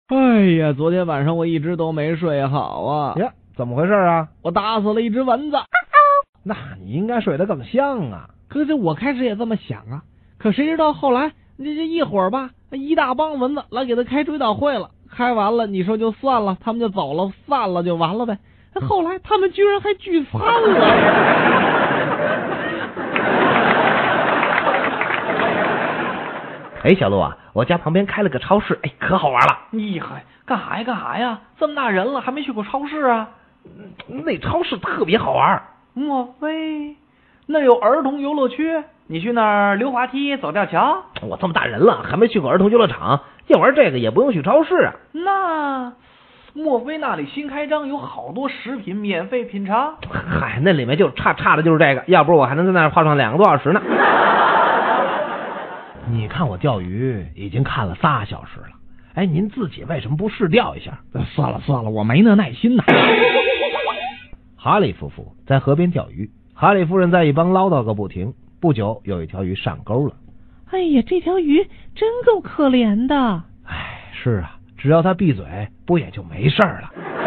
哎呀，昨天晚上我一直都没睡好啊！ 呀，怎么回事啊？ 我打死了一只蚊子。 那你应该睡得更香啊。 可是我开始也这么想啊，可谁知道后来这一会儿吧，一大帮蚊子来给他开追悼会了，开完了你说就算了，他们就走了，散了就完了呗。后来他们居然还聚餐了。 哎，小陆啊，我家旁边开了个超市，哎，可好玩了。 厉害，干啥呀？这么大人了还没去过超市啊？ 那超市特别好玩。 莫非那有儿童游乐区？你去那儿溜滑梯、走吊桥？ 我这么大人了还没去过儿童游乐场，要玩这个也不用去超市啊。 那莫非那里新开张，有好多食品免费品尝？ 嗨，那里面就差的就是这个，要不我还能在那儿泡上2个多小时呢。你看我钓鱼已经看了3小时了，哎，您自己为什么不试钓一下？ 算了，我没那耐心呐。 哈利夫妇在河边钓鱼，哈利夫人在一帮唠叨个不停。不久，有一条鱼上钩了。 哎呀，这条鱼真够可怜的。 哎，是啊，只要它闭嘴，不也就没事了。